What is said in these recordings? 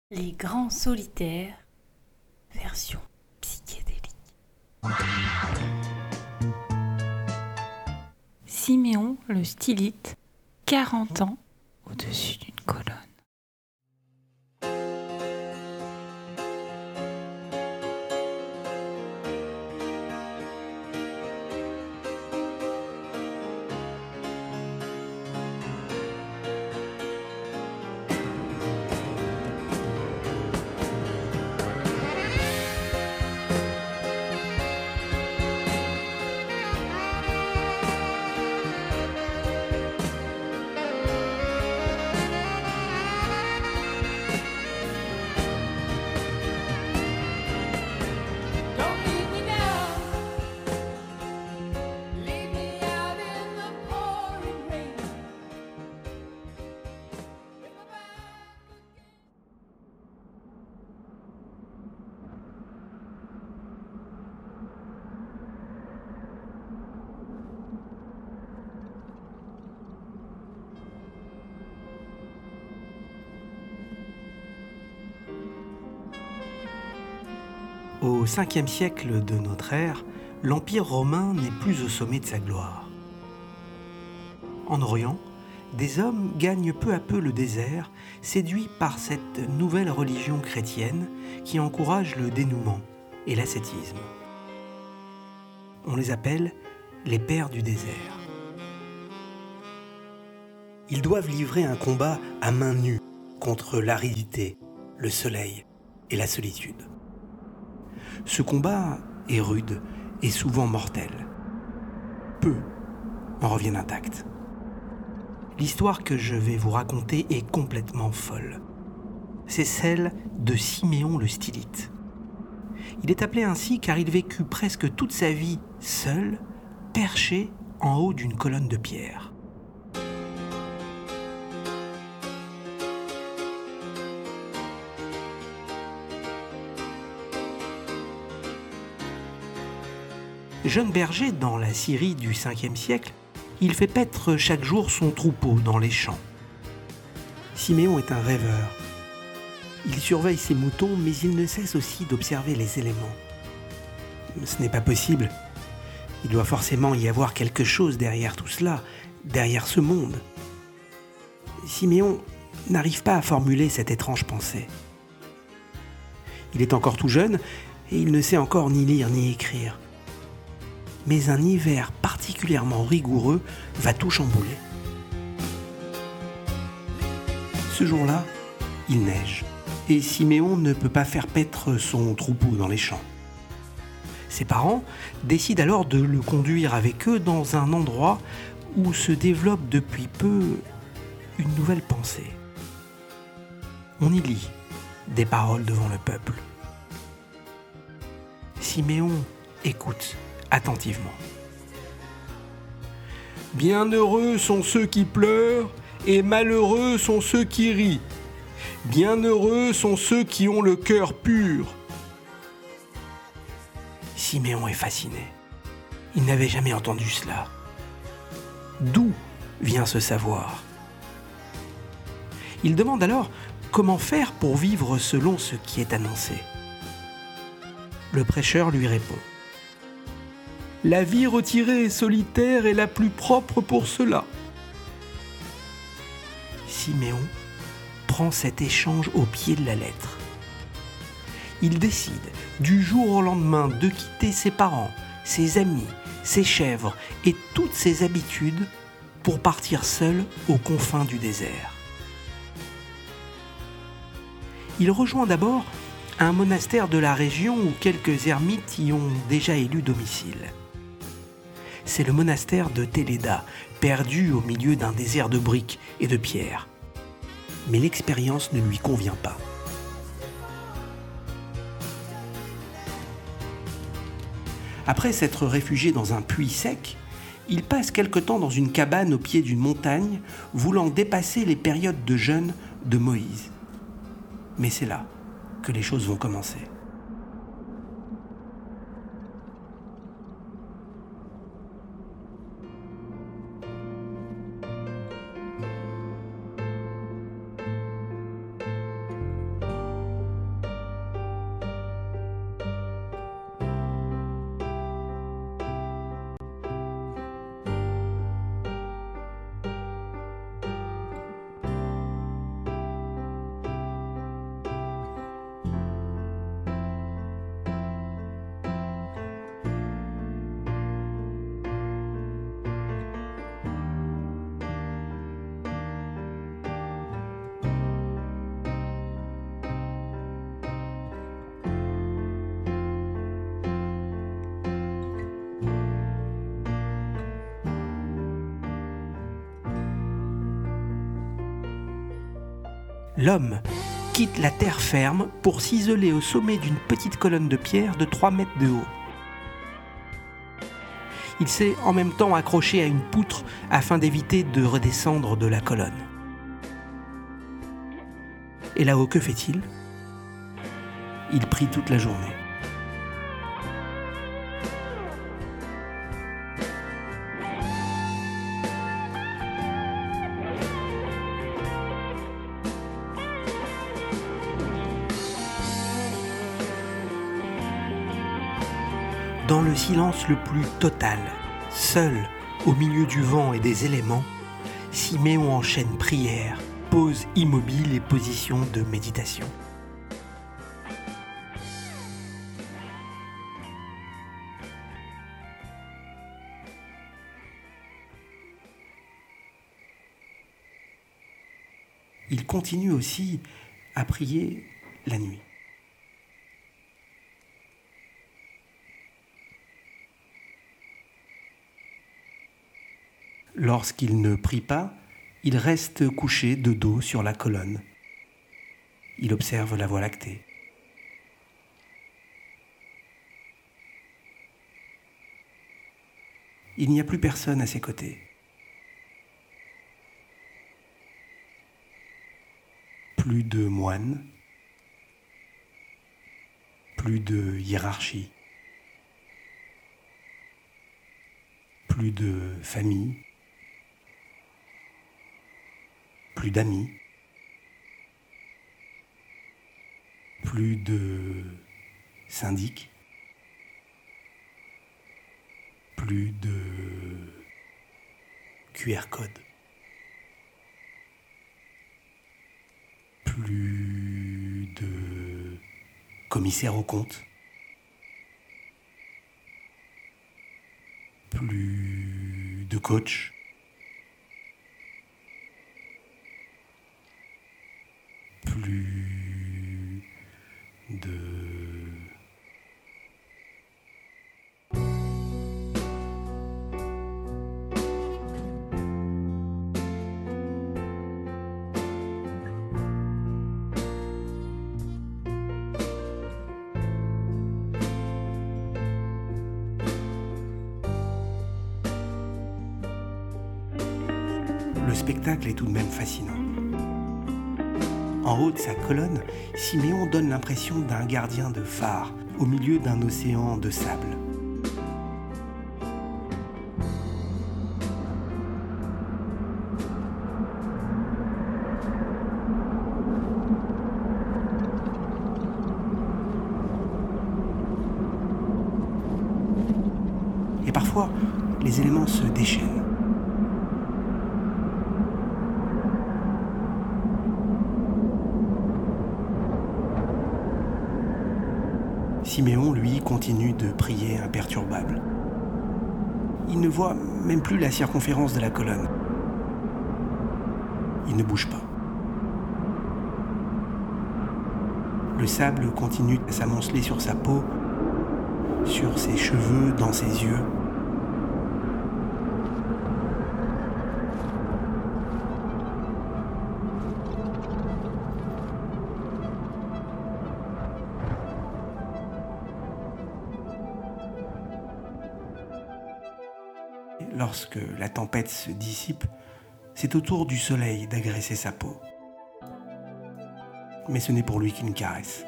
Les grands solitaires, version psychédélique. Siméon le stylite, 40 ans, au-dessus d'une colonne. Au 5e siècle de notre ère, l'Empire romain n'est plus au sommet de sa gloire. En Orient, des hommes gagnent peu à peu le désert, séduits par cette nouvelle religion chrétienne qui encourage le dénouement et l'ascétisme. On les appelle les pères du désert. Ils doivent livrer un combat à main nue contre l'aridité, le soleil et la solitude. Ce combat est rude et souvent mortel. Peu en reviennent intacts. L'histoire que je vais vous raconter est complètement folle. C'est celle de Siméon le stylite. Il est appelé ainsi car il vécut presque toute sa vie seul, perché en haut d'une colonne de pierre. Jeune berger dans la Syrie du 5e siècle, il fait paître chaque jour son troupeau dans les champs. Siméon est un rêveur. Il surveille ses moutons, mais il ne cesse aussi d'observer les éléments. Ce n'est pas possible. Il doit forcément y avoir quelque chose derrière tout cela, derrière ce monde. Siméon n'arrive pas à formuler cette étrange pensée. Il est encore tout jeune et il ne sait encore ni lire ni écrire. Mais un hiver particulièrement rigoureux va tout chambouler. Ce jour-là, il neige, et Siméon ne peut pas faire paître son troupeau dans les champs. Ses parents décident alors de le conduire avec eux dans un endroit où se développe depuis peu une nouvelle pensée. On y lit des paroles devant le peuple. Siméon écoute attentivement. Bienheureux sont ceux qui pleurent et malheureux sont ceux qui rient. Bienheureux sont ceux qui ont le cœur pur. Siméon est fasciné. Il n'avait jamais entendu cela. D'où vient ce savoir? Il demande alors comment faire pour vivre selon ce qui est annoncé. Le prêcheur lui répond: la vie retirée et solitaire est la plus propre pour cela. Siméon prend cet échange au pied de la lettre. Il décide du jour au lendemain de quitter ses parents, ses amis, ses chèvres et toutes ses habitudes pour partir seul aux confins du désert. Il rejoint d'abord un monastère de la région où quelques ermites y ont déjà élu domicile. C'est le monastère de Téléda, perdu au milieu d'un désert de briques et de pierres. Mais l'expérience ne lui convient pas. Après s'être réfugié dans un puits sec, il passe quelque temps dans une cabane au pied d'une montagne, voulant dépasser les périodes de jeûne de Moïse. Mais c'est là que les choses vont commencer. l'homme quitte la terre ferme pour s'isoler au sommet d'une petite colonne de pierre de 3 mètres de haut. Il s'est en même temps accroché à une poutre afin d'éviter de redescendre de la colonne. Et là-haut, que fait-il ? Il prie toute la journée. Dans le silence le plus total, seul au milieu du vent et des éléments, Siméon enchaîne prière, pause immobile et position de méditation. Il continue aussi à prier la nuit. Lorsqu'il ne prie pas, il reste couché de dos sur la colonne. Il observe la Voie lactée. Il n'y a plus personne à ses côtés. Plus de moines, plus de hiérarchie, plus de famille, plus d'amis, plus de syndics, plus de QR code, plus de commissaires aux comptes, plus de coach, plus de... Le spectacle est tout de même fascinant. En haut de sa colonne, Siméon donne l'impression d'un gardien de phare au milieu d'un océan de sable. Et parfois, les éléments se déchaînent. Siméon, lui, continue de prier imperturbable. Il ne voit même plus la circonférence de la colonne. Il ne bouge pas. Le sable continue à s'amonceler sur sa peau, sur ses cheveux, dans ses yeux. Lorsque la tempête se dissipe, c'est au tour du soleil d'agresser sa peau. Mais ce n'est pour lui qu'une caresse.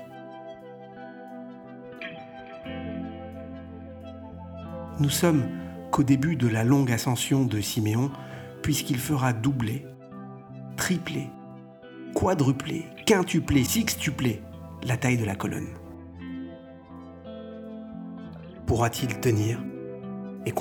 Nous sommes qu'au début de la longue ascension de Siméon, puisqu'il fera doubler, tripler, quadrupler, quintupler, sextupler la taille de la colonne. Pourra-t-il tenir ? Et combien de temps ?